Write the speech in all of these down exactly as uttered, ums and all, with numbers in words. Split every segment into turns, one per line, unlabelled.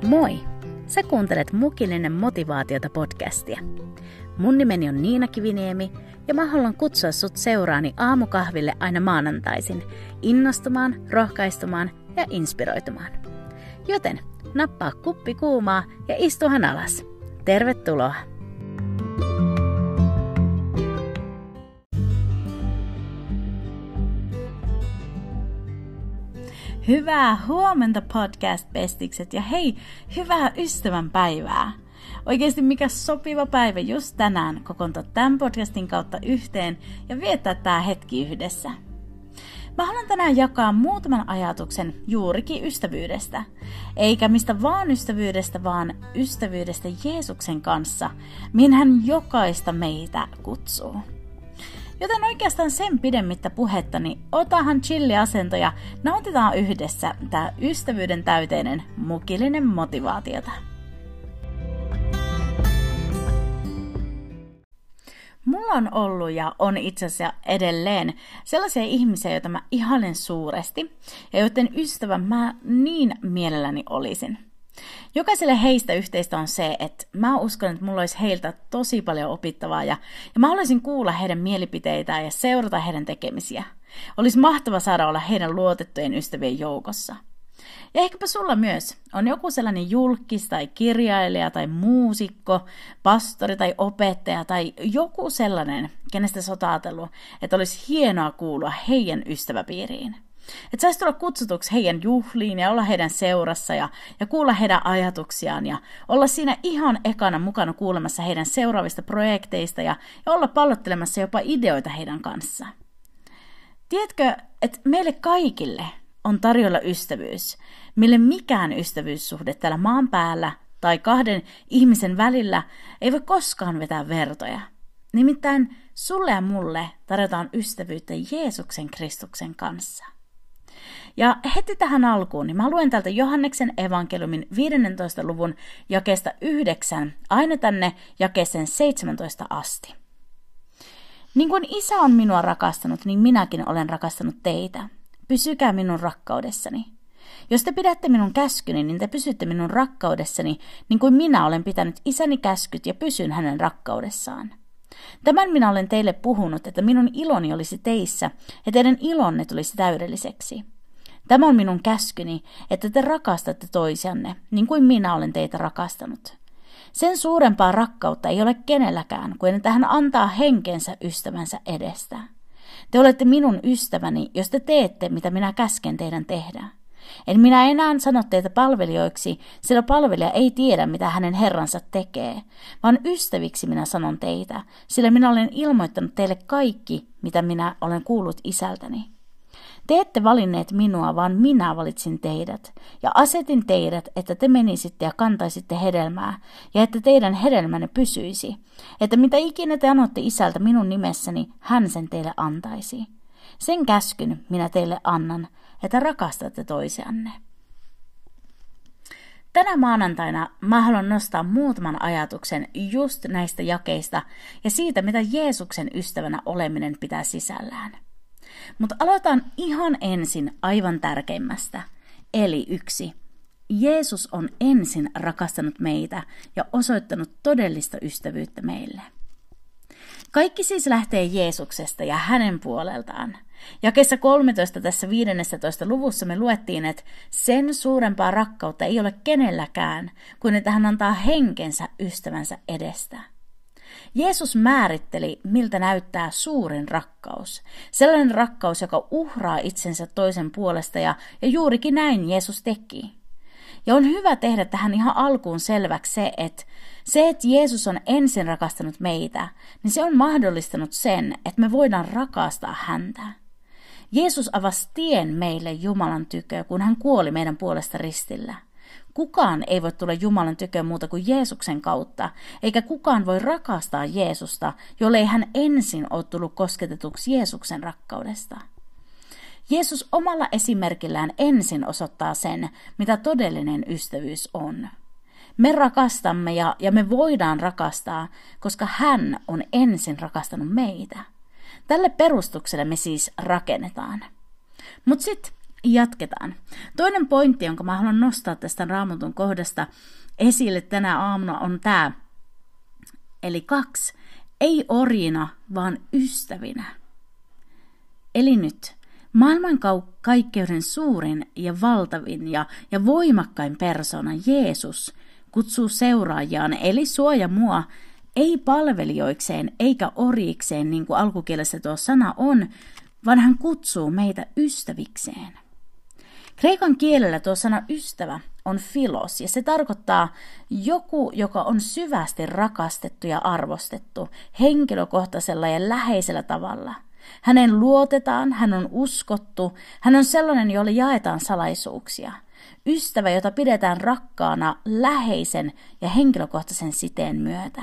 Moi! Sä kuuntelet Mukillinen motivaatiota podcastia. Mun nimeni on Niina Kiviniemi ja mä haluan kutsua sut seuraani aamukahville aina maanantaisin innostumaan, rohkaistumaan ja inspiroitumaan. Joten nappaa kuppi kuumaa ja istuhan alas. Tervetuloa! Hyvää huomenta podcast-pestikset ja hei, hyvää ystävänpäivää! Oikeasti mikä sopiva päivä just tänään kokoontua tämän podcastin kautta yhteen ja viettää tää hetki yhdessä. Mä haluan tänään jakaa muutaman ajatuksen juurikin ystävyydestä. Eikä mistä vaan ystävyydestä, vaan ystävyydestä Jeesuksen kanssa, mihin hän jokaista meitä kutsuu. Joten oikeastaan sen pidemmittä puhetta, niin otahan chilli-asento ja nautitaan yhdessä tää ystävyyden täyteinen mukillinen motivaatiota. Mulla on ollut ja on itse asiassa edelleen sellaisia ihmisiä, joita mä ihailen suuresti ja joiden ystävä mä niin mielelläni olisin. Jokaiselle heistä yhteistä on se, että mä uskon, että mulla olisi heiltä tosi paljon opittavaa ja, ja mä haluaisin kuulla heidän mielipiteitään ja seurata heidän tekemisiä. Olisi mahtava saada olla heidän luotettujen ystävien joukossa. Ja ehkäpä sulla myös on joku sellainen julkkis tai kirjailija tai muusikko, pastori tai opettaja tai joku sellainen, kenestä sä oot ajatellut, että olisi hienoa kuulua heidän ystäväpiiriin. Että saisi tulla kutsutuksi heidän juhliin ja olla heidän seurassa ja, ja kuulla heidän ajatuksiaan ja olla siinä ihan ekana mukana kuulemassa heidän seuraavista projekteista ja, ja olla pallottelemassa jopa ideoita heidän kanssaan. Tiedätkö, että meille kaikille on tarjolla ystävyys, mille mikään ystävyyssuhde täällä maan päällä tai kahden ihmisen välillä ei voi koskaan vetää vertoja. Nimittäin sulle ja mulle tarjotaan ystävyyttä Jeesuksen Kristuksen kanssa. Ja heti tähän alkuun, niin mä luen täältä Johanneksen evankeliumin viidennentoista luvun jakeesta yhdeksän aina tänne jakeeseen seitsemäntoista asti. Niin kuin Isä on minua rakastanut, niin minäkin olen rakastanut teitä. Pysykää minun rakkaudessani. Jos te pidätte minun käskyni, niin te pysytte minun rakkaudessani, niin kuin minä olen pitänyt Isäni käskyt ja pysyn hänen rakkaudessaan. Tämän minä olen teille puhunut, että minun iloni olisi teissä ja teidän ilonne tulisi täydelliseksi. Tämä on minun käskyni, että te rakastatte toisianne, niin kuin minä olen teitä rakastanut. Sen suurempaa rakkautta ei ole kenelläkään, kuin että hän antaa henkensä ystävänsä edestä. Te olette minun ystäväni, jos te teette, mitä minä käsken teidän tehdä. En minä enää sano teitä palvelijoiksi, sillä palvelija ei tiedä, mitä hänen herransa tekee, vaan ystäviksi minä sanon teitä, sillä minä olen ilmoittanut teille kaikki, mitä minä olen kuullut Isältäni. Te ette valinneet minua, vaan minä valitsin teidät, ja asetin teidät, että te menisitte ja kantaisitte hedelmää, ja että teidän hedelmänne pysyisi, että mitä ikinä te anotte Isältä minun nimessäni, hän sen teille antaisi. Sen käskyn minä teille annan, että rakastatte toisianne. Tänä maanantaina mä haluan nostaa muutaman ajatuksen just näistä jakeista ja siitä, mitä Jeesuksen ystävänä oleminen pitää sisällään. Mutta aloitan ihan ensin aivan tärkeimmästä, eli yksi. Jeesus on ensin rakastanut meitä ja osoittanut todellista ystävyyttä meille. Kaikki siis lähtee Jeesuksesta ja hänen puoleltaan. Jakeessa kolmetoista tässä viidennentoista luvussa me luettiin, että sen suurempaa rakkautta ei ole kenelläkään, kuin että hän antaa henkensä ystävänsä edestä. Jeesus määritteli, miltä näyttää suurin rakkaus. Sellainen rakkaus, joka uhraa itsensä toisen puolesta ja, ja juurikin näin Jeesus teki. Ja on hyvä tehdä tähän ihan alkuun selväksi se, että se, että Jeesus on ensin rakastanut meitä, niin se on mahdollistanut sen, että me voidaan rakastaa häntä. Jeesus avasi tien meille Jumalan tykö, kun hän kuoli meidän puolesta ristillä. Kukaan ei voi tulla Jumalan tykö muuta kuin Jeesuksen kautta, eikä kukaan voi rakastaa Jeesusta, jollei hän ensin ole tullut kosketetuksi Jeesuksen rakkaudesta. Jeesus omalla esimerkillään ensin osoittaa sen, mitä todellinen ystävyys on. Me rakastamme ja, ja me voidaan rakastaa, koska hän on ensin rakastanut meitä. Tälle perustukselle me siis rakennetaan. Mutta sitten jatketaan. Toinen pointti, jonka mä haluan nostaa tästä Raamatun kohdasta esille tänä aamuna on tämä. Eli kaksi. Ei orjina, vaan ystävinä. Eli nyt. Maailmankaikkeuden suurin ja valtavin ja, ja voimakkain persona, Jeesus, kutsuu seuraajiaan, eli suoja mua, ei palvelijoikseen eikä orjikseen, niin kuin alkukielessä tuo sana on, vaan hän kutsuu meitä ystävikseen. Kreikan kielellä tuo sana ystävä on philos, ja se tarkoittaa joku, joka on syvästi rakastettu ja arvostettu, henkilökohtaisella ja läheisellä tavalla. Hänen luotetaan, hän on uskottu, hän on sellainen, jolle jaetaan salaisuuksia. Ystävä, jota pidetään rakkaana läheisen ja henkilökohtaisen siteen myötä.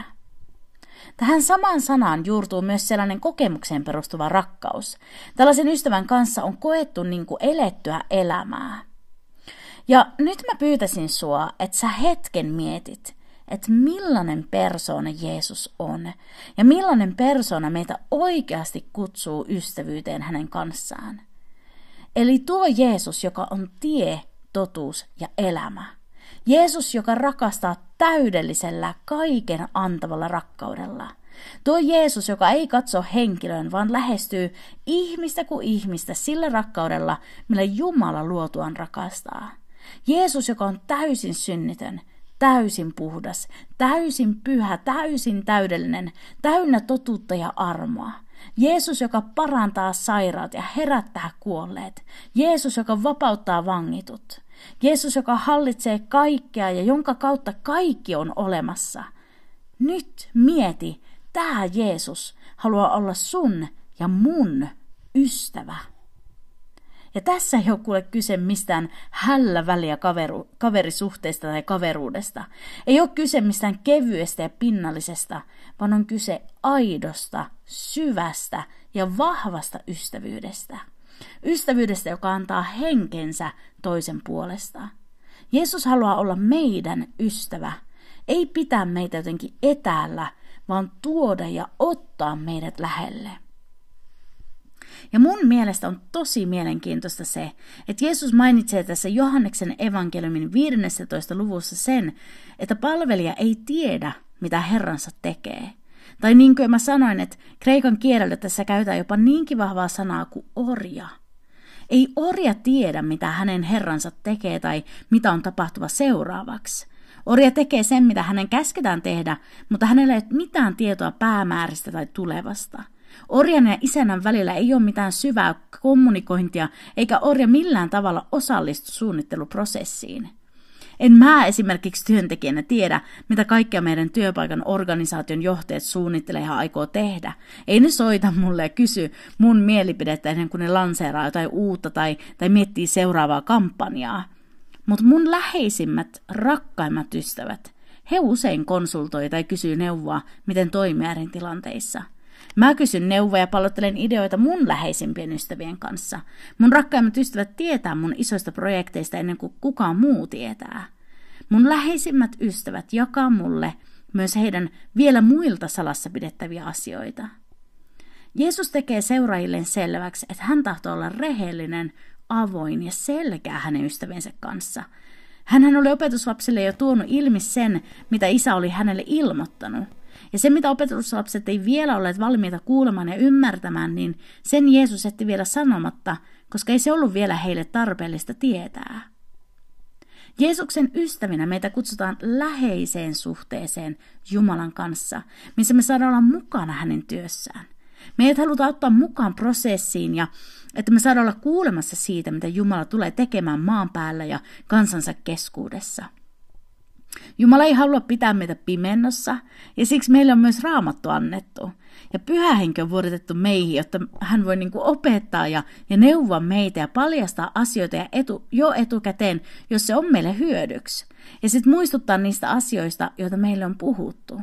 Tähän samaan sanaan juurtuu myös sellainen kokemukseen perustuva rakkaus. Tällaisen ystävän kanssa on koettu niin kuin elettyä elämää. Ja nyt mä pyytäisin sua, että sä hetken mietit, että millainen persoona Jeesus on ja millainen persoona meitä oikeasti kutsuu ystävyyteen hänen kanssaan. Eli tuo Jeesus, joka on tie, totuus ja elämä. Jeesus, joka rakastaa täydellisellä, kaiken antavalla rakkaudella. Tuo Jeesus, joka ei katso henkilöön, vaan lähestyy ihmistä kuin ihmistä sillä rakkaudella, millä Jumala luotuaan rakastaa. Jeesus, joka on täysin synnitön, täysin puhdas, täysin pyhä, täysin täydellinen, täynnä totuutta ja armoa. Jeesus, joka parantaa sairaat ja herättää kuolleet. Jeesus, joka vapauttaa vangitut. Jeesus, joka hallitsee kaikkea ja jonka kautta kaikki on olemassa. Nyt mieti, tämä Jeesus haluaa olla sun ja mun ystävä. Ja tässä ei ole kuule kyse mistään hällä väliä kaveru, kaverisuhteesta tai kaveruudesta. Ei ole kyse mistään kevyestä ja pinnallisesta, vaan on kyse aidosta, syvästä ja vahvasta ystävyydestä. Ystävyydestä, joka antaa henkensä toisen puolesta. Jeesus haluaa olla meidän ystävä, ei pitää meitä jotenkin etäällä, vaan tuoda ja ottaa meidät lähelle. Ja mun mielestä on tosi mielenkiintoista se, että Jeesus mainitsee tässä Johanneksen evankeliumin viidennentoista luvussa sen, että palvelija ei tiedä, mitä Herransa tekee. Tai niin kuin mä sanoin, että kreikan kielellä tässä käytetään jopa niinkin vahvaa sanaa kuin orja. Ei orja tiedä, mitä hänen Herransa tekee tai mitä on tapahtuva seuraavaksi. Orja tekee sen, mitä hänen käsketään tehdä, mutta hänellä ei ole mitään tietoa päämääristä tai tulevasta. Orjan ja isännän välillä ei ole mitään syvää kommunikointia, eikä orja millään tavalla osallistu suunnitteluprosessiin. En mä esimerkiksi työntekijänä tiedä, mitä kaikkea meidän työpaikan organisaation johtajat suunnittelee ja aikoo tehdä. Ei ne soita mulle ja kysy mun mielipidettä ennen kuin ne lanseeraa jotain uutta tai, tai miettii seuraavaa kampanjaa. Mutta mun läheisimmät, rakkaimmat ystävät, he usein konsultoi tai kysyy neuvoa, miten toimia eri tilanteissa. Mä kysyn neuvoja ja pallottelen ideoita mun läheisimpien ystävien kanssa. Mun rakkaimmat ystävät tietää mun isoista projekteista ennen kuin kukaan muu tietää. Mun läheisimmät ystävät jakaa mulle myös heidän vielä muilta salassa pidettäviä asioita. Jeesus tekee seuraajilleen selväksi, että hän tahtoo olla rehellinen, avoin ja selkeä hänen ystäviensä kanssa. Hänhän oli opetuslapsille jo tuonut ilmi sen, mitä isä oli hänelle ilmoittanut. Ja se, mitä opetuslapset ei vielä olleet valmiita kuulemaan ja ymmärtämään, niin sen Jeesus jätti vielä sanomatta, koska ei se ollut vielä heille tarpeellista tietää. Jeesuksen ystävinä meitä kutsutaan läheiseen suhteeseen Jumalan kanssa, missä me saadaan olla mukana hänen työssään. Meidät halutaan ottaa mukaan prosessiin ja että me saadaan olla kuulemassa siitä, mitä Jumala tulee tekemään maan päällä ja kansansa keskuudessa. Jumala ei halua pitää meitä pimennossa, ja siksi meille on myös Raamattu annettu. Ja Pyhä Henki on vuodatettu meihin, jotta hän voi niin kuin opettaa ja, ja neuvoa meitä ja paljastaa asioita ja etu, jo etukäteen, jos se on meille hyödyksi. Ja sitten muistuttaa niistä asioista, joita meille on puhuttu.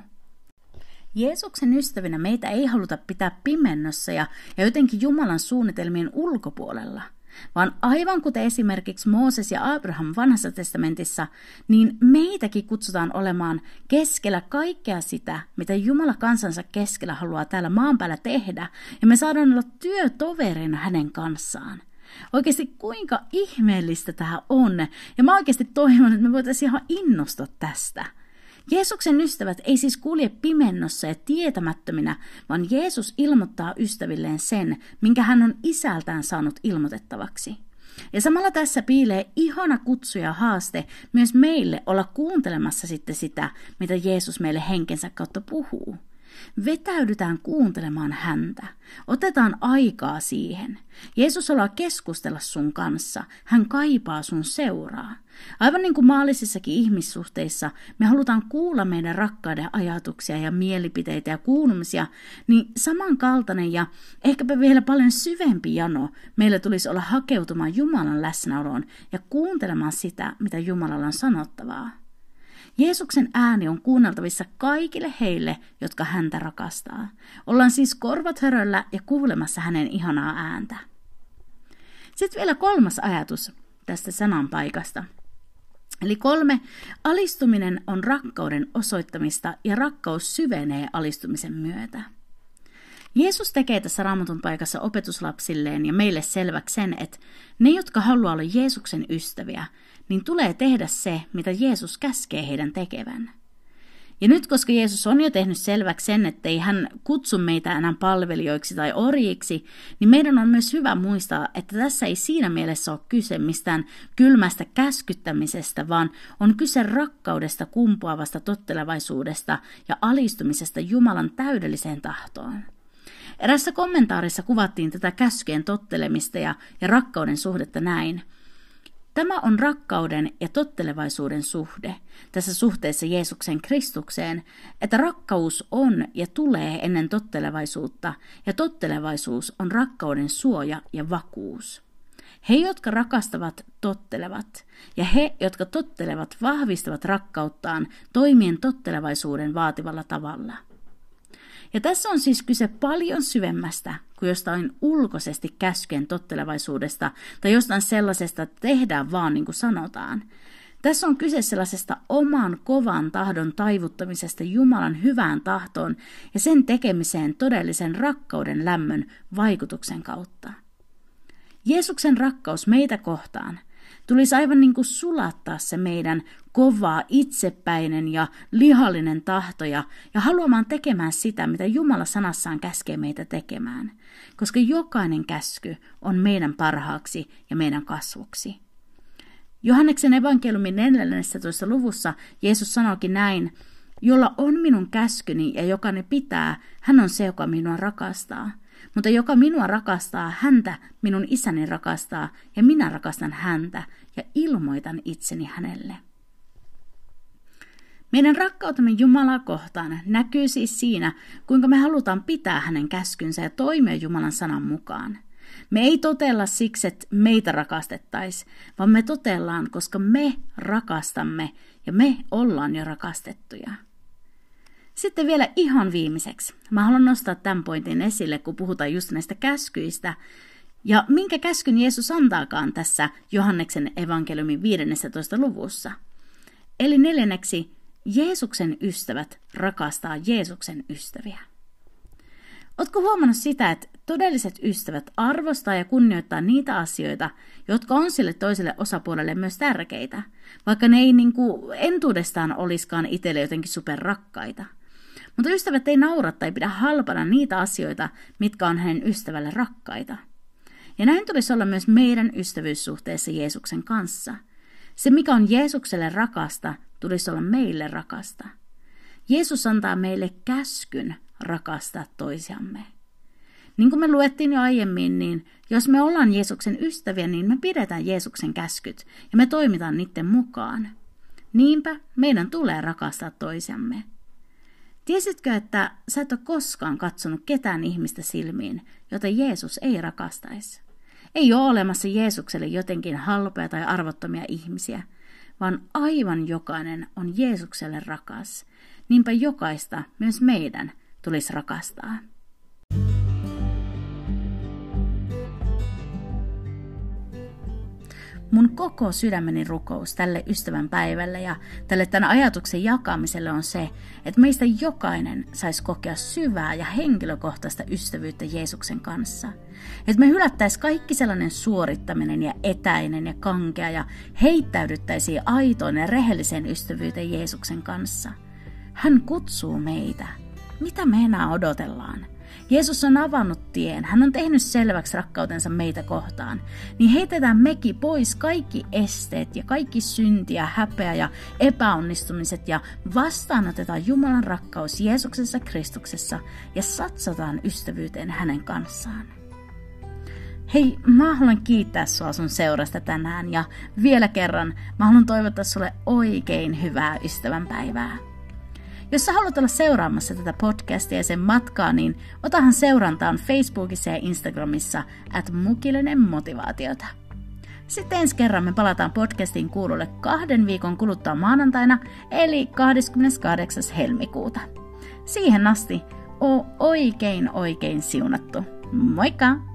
Jeesuksen ystävinä meitä ei haluta pitää pimennossa ja, ja jotenkin Jumalan suunnitelmien ulkopuolella. Vaan aivan kuten esimerkiksi Mooses ja Abraham vanhassa testamentissa, niin meitäkin kutsutaan olemaan keskellä kaikkea sitä, mitä Jumala kansansa keskellä haluaa täällä maan päällä tehdä, ja me saadaan olla työtoverina hänen kanssaan. Oikeasti kuinka ihmeellistä tämä on. Ja mä oikeasti toivon, että me voitaisiin ihan innostua tästä. Jeesuksen ystävät ei siis kulje pimennossa ja tietämättöminä, vaan Jeesus ilmoittaa ystävilleen sen, minkä hän on isältään saanut ilmoitettavaksi. Ja samalla tässä piilee ihana kutsu ja haaste myös meille olla kuuntelemassa sitten sitä, mitä Jeesus meille henkensä kautta puhuu. Vetäydytään kuuntelemaan häntä. Otetaan aikaa siihen. Jeesus haluaa keskustella sun kanssa. Hän kaipaa sun seuraa. Aivan niin kuin maallisissakin ihmissuhteissa me halutaan kuulla meidän rakkauden ajatuksia ja mielipiteitä ja kuulumisia, niin samankaltainen ja ehkäpä vielä paljon syvempi jano meillä tulisi olla hakeutumaan Jumalan läsnäoloon ja kuuntelemaan sitä, mitä Jumalalla on sanottavaa. Jeesuksen ääni on kuunneltavissa kaikille heille, jotka häntä rakastaa. Ollaan siis korvat höröllä ja kuulemassa hänen ihanaa ääntä. Sitten vielä kolmas ajatus tästä sananpaikasta. Eli kolme, alistuminen on rakkauden osoittamista ja rakkaus syvenee alistumisen myötä. Jeesus tekee tässä Raamatun paikassa opetuslapsilleen ja meille selväksi sen, että ne, jotka haluaa olla Jeesuksen ystäviä, niin tulee tehdä se, mitä Jeesus käskee heidän tekevän. Ja nyt, koska Jeesus on jo tehnyt selväksi sen, ettei hän kutsu meitä enää palvelijoiksi tai orjiksi, niin meidän on myös hyvä muistaa, että tässä ei siinä mielessä ole kyse mistään kylmästä käskyttämisestä, vaan on kyse rakkaudesta kumpuavasta tottelevaisuudesta ja alistumisesta Jumalan täydelliseen tahtoon. Erässä kommentaarissa kuvattiin tätä käskyjen tottelemista ja, ja rakkauden suhdetta näin. Tämä on rakkauden ja tottelevaisuuden suhde, tässä suhteessa Jeesuksen Kristukseen, että rakkaus on ja tulee ennen tottelevaisuutta, ja tottelevaisuus on rakkauden suoja ja vakuus. He, jotka rakastavat, tottelevat, ja he, jotka tottelevat, vahvistavat rakkauttaan toimien tottelevaisuuden vaativalla tavalla. Ja tässä on siis kyse paljon syvemmästä kuin jostain ulkoisesti käskyjen tottelevaisuudesta tai jostain sellaisesta, että tehdään vaan niin kuin sanotaan. Tässä on kyse sellaisesta oman kovan tahdon taivuttamisesta Jumalan hyvään tahtoon ja sen tekemiseen todellisen rakkauden lämmön vaikutuksen kautta. Jeesuksen rakkaus meitä kohtaan tulisi aivan niin kuin sulattaa se meidän kova, itsepäinen ja lihallinen tahto ja, ja haluamaan tekemään sitä, mitä Jumala sanassaan käskee meitä tekemään, koska jokainen käsky on meidän parhaaksi ja meidän kasvuksi. Johanneksen evankeliumin neljännessä luvussa Jeesus sanoikin näin, jolla on minun käskyni ja joka ne pitää, hän on se, joka minua rakastaa. Mutta joka minua rakastaa, häntä minun isäni rakastaa ja minä rakastan häntä ja ilmoitan itseni hänelle. Meidän rakkautemme Jumalaa kohtaan näkyy siis siinä, kuinka me halutaan pitää hänen käskynsä ja toimia Jumalan sanan mukaan. Me ei totella siksi, että meitä rakastettaisiin, vaan me totellaan, koska me rakastamme ja me ollaan jo rakastettuja. Sitten vielä ihan viimeiseksi. Mä haluan nostaa tämän pointin esille, kun puhutaan just näistä käskyistä. Ja minkä käskyn Jeesus antaakaan tässä Johanneksen evankeliumin viidennessä luvussa. Eli neljänneksi, Jeesuksen ystävät rakastaa Jeesuksen ystäviä. Ootko huomannut sitä, että todelliset ystävät arvostaa ja kunnioittaa niitä asioita, jotka on sille toiselle osapuolelle myös tärkeitä, vaikka ne ei niin kuin entuudestaan olisikaan itselle jotenkin superrakkaita. Mutta ystävät ei naura tai pidä halpana niitä asioita, mitkä on hänen ystävälle rakkaita. Ja näin tulisi olla myös meidän ystävyyssuhteessa Jeesuksen kanssa. Se, mikä on Jeesukselle rakasta, tulisi olla meille rakasta. Jeesus antaa meille käskyn rakastaa toisiamme. Niin kuin me luettiin jo aiemmin, niin jos me ollaan Jeesuksen ystäviä, niin me pidetään Jeesuksen käskyt ja me toimitaan niiden mukaan. Niinpä meidän tulee rakastaa toisiamme. Tiesitkö, että sä et ole koskaan katsonut ketään ihmistä silmiin, jota Jeesus ei rakastaisi? Ei ole olemassa Jeesukselle jotenkin halpoja tai arvottomia ihmisiä, vaan aivan jokainen on Jeesukselle rakas. Niinpä jokaista, myös meidän, tulisi rakastaa. mun koko sydämeni rukous tälle ystävän päivälle ja tälle tämän ajatuksen jakamiselle on se, että meistä jokainen saisi kokea syvää ja henkilökohtaista ystävyyttä Jeesuksen kanssa. Että me hylättäisiin kaikki sellainen suorittaminen ja etäinen ja kankea ja heittäydyttäisiin aitoon ja rehelliseen ystävyyteen Jeesuksen kanssa. Hän kutsuu meitä. Mitä me enää odotellaan? Jeesus on avannut tien, hän on tehnyt selväksi rakkautensa meitä kohtaan, niin heitetään mekin pois kaikki esteet ja kaikki synti ja häpeä ja epäonnistumiset ja vastaanotetaan Jumalan rakkaus Jeesuksessa Kristuksessa ja satsataan ystävyyteen hänen kanssaan. Hei, mä haluan kiittää sua sun seurasta tänään ja vielä kerran mä haluan toivottaa sulle oikein hyvää ystävänpäivää. Jos sä haluat olla seuraamassa tätä podcastia ja sen matkaa, niin otahan seurantaan Facebookissa ja Instagramissa at Mukillinen motivaatiota. Sitten ensi kerran me palataan podcastin kuululle kahden viikon kuluttua maanantaina, eli kahdeskymmeneskahdeksas helmikuuta. Siihen asti oo oikein oikein siunattu. Moikka!